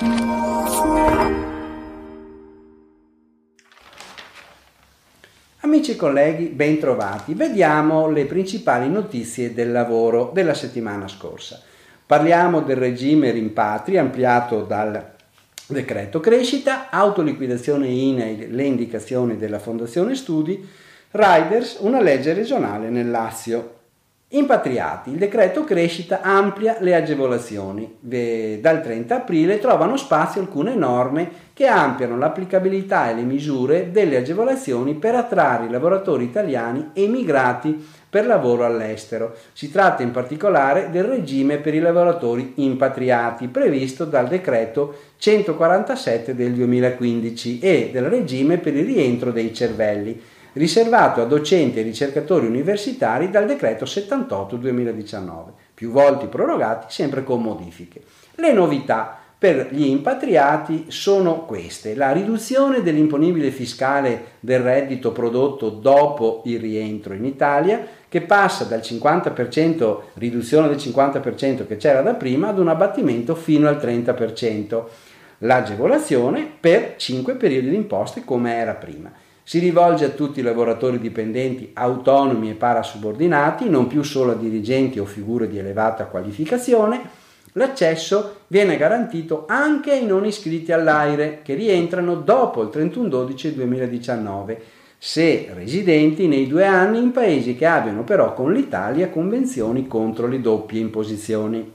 Amici e colleghi, ben trovati. Vediamo le principali notizie del lavoro della settimana scorsa. Parliamo del regime rimpatri ampliato dal decreto crescita, autoliquidazione INAIL, le indicazioni della Fondazione Studi, Riders, una legge regionale nel Lazio. Impatriati, il decreto crescita amplia le agevolazioni. Dal 30 aprile trovano spazio alcune norme che ampliano l'applicabilità e le misure delle agevolazioni per attrarre i lavoratori italiani emigrati per lavoro all'estero. Si tratta in particolare del regime per i lavoratori impatriati previsto dal decreto 147 del 2015 e del regime per il rientro dei cervelli riservato a docenti e ricercatori universitari dal decreto 78 2019, più volte prorogati sempre con modifiche. Le novità per gli impatriati sono queste: la riduzione dell'imponibile fiscale del reddito prodotto dopo il rientro in Italia, che passa dal 50%, riduzione del 50% che c'era da prima, ad un abbattimento fino al 30%. L'agevolazione per 5 periodi di imposte come era prima. Si rivolge a tutti i lavoratori dipendenti autonomi e parasubordinati, non più solo a dirigenti o figure di elevata qualificazione. L'accesso viene garantito anche ai non iscritti all'AIRE che rientrano dopo il 31/12/2019, se residenti nei 2 anni in paesi che abbiano però con l'Italia convenzioni contro le doppie imposizioni.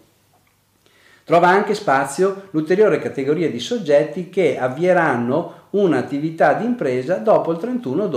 Trova anche spazio l'ulteriore categoria di soggetti che avvieranno un'attività di impresa dopo il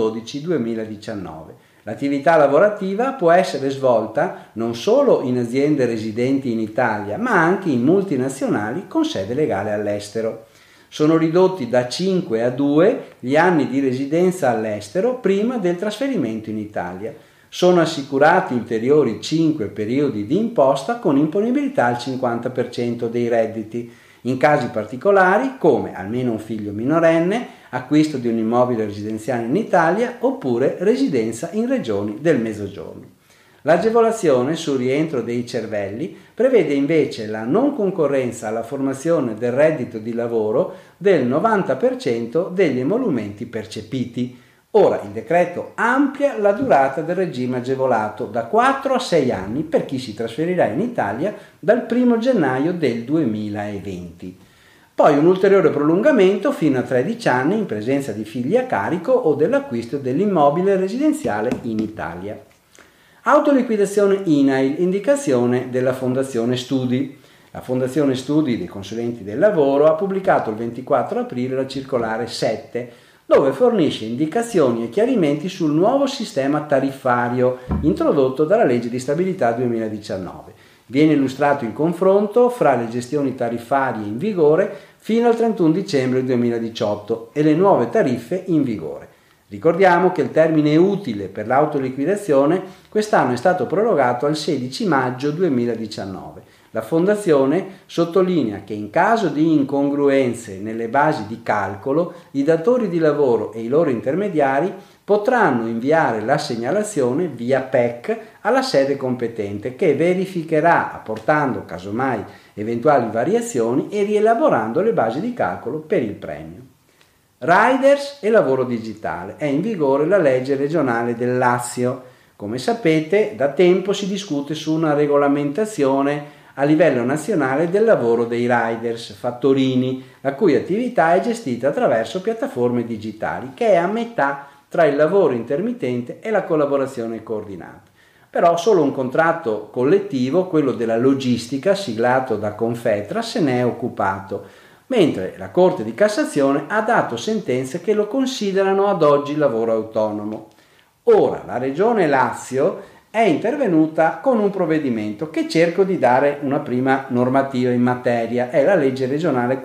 31/12/2019. L'attività lavorativa può essere svolta non solo in aziende residenti in Italia, ma anche in multinazionali con sede legale all'estero. Sono ridotti da 5 a 2 gli anni di residenza all'estero prima del trasferimento in Italia. Sono assicurati ulteriori 5 periodi di imposta con imponibilità al 50% dei redditi, in casi particolari come almeno un figlio minorenne, acquisto di un immobile residenziale in Italia oppure residenza in regioni del Mezzogiorno. L'agevolazione sul rientro dei cervelli prevede invece la non concorrenza alla formazione del reddito di lavoro del 90% degli emolumenti percepiti. Ora il decreto amplia la durata del regime agevolato da 4 a 6 anni per chi si trasferirà in Italia dal 1 gennaio del 2020. Poi un ulteriore prolungamento fino a 13 anni in presenza di figli a carico o dell'acquisto dell'immobile residenziale in Italia. Autoliquidazione INAIL, indicazione della Fondazione Studi. La Fondazione Studi dei consulenti del lavoro ha pubblicato il 24 aprile la circolare 7, dove fornisce indicazioni e chiarimenti sul nuovo sistema tariffario introdotto dalla legge di stabilità 2019. Viene illustrato il confronto fra le gestioni tariffarie in vigore fino al 31 dicembre 2018 e le nuove tariffe in vigore. Ricordiamo che il termine utile per l'autoliquidazione quest'anno è stato prorogato al 16 maggio 2019. La Fondazione sottolinea che in caso di incongruenze nelle basi di calcolo, i datori di lavoro e i loro intermediari potranno inviare la segnalazione via PEC alla sede competente che verificherà apportando casomai eventuali variazioni e rielaborando le basi di calcolo per il premio. Riders e lavoro digitale. È in vigore la legge regionale del Lazio. Come sapete, da tempo si discute su una regolamentazione a livello nazionale del lavoro dei riders, fattorini, la cui attività è gestita attraverso piattaforme digitali, che è a metà tra il lavoro intermittente e la collaborazione coordinata. Però solo un contratto collettivo, quello della logistica, siglato da Confetra, se ne è occupato, mentre la Corte di Cassazione ha dato sentenze che lo considerano ad oggi lavoro autonomo. Ora la Regione Lazio è intervenuta con un provvedimento che cerco di dare una prima normativa in materia, è la legge regionale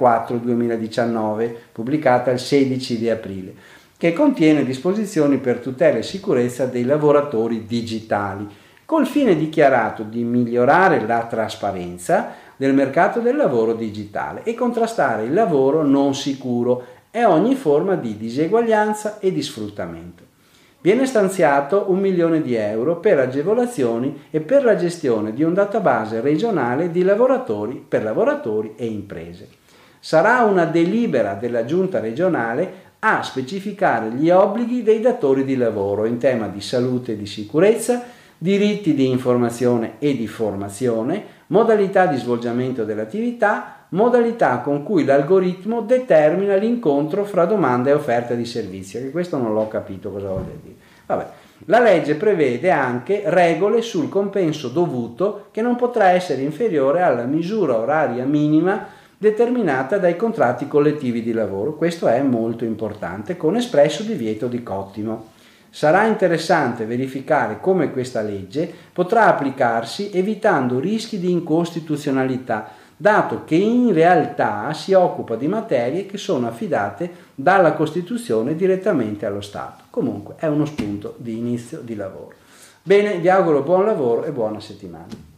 4/2019, pubblicata il 16 di aprile, che contiene disposizioni per tutela e sicurezza dei lavoratori digitali, col fine dichiarato di migliorare la trasparenza del mercato del lavoro digitale e contrastare il lavoro non sicuro e ogni forma di diseguaglianza e di sfruttamento. Viene stanziato 1 milione di euro per agevolazioni e per la gestione di un database regionale di lavoratori per lavoratori e imprese. Sarà una delibera della Giunta regionale a specificare gli obblighi dei datori di lavoro in tema di salute e di sicurezza, diritti di informazione e di formazione, modalità di svolgimento dell'attività, modalità con cui l'algoritmo determina l'incontro fra domanda e offerta di servizio, che questo non l'ho capito cosa voglia dire. Vabbè. La legge prevede anche regole sul compenso dovuto che non potrà essere inferiore alla misura oraria minima determinata dai contratti collettivi di lavoro. Questo è molto importante, con espresso divieto di cottimo. Sarà interessante verificare come questa legge potrà applicarsi evitando rischi di incostituzionalità, dato che in realtà si occupa di materie che sono affidate dalla Costituzione direttamente allo Stato. Comunque è uno spunto di inizio di lavoro. Bene, vi auguro buon lavoro e buona settimana.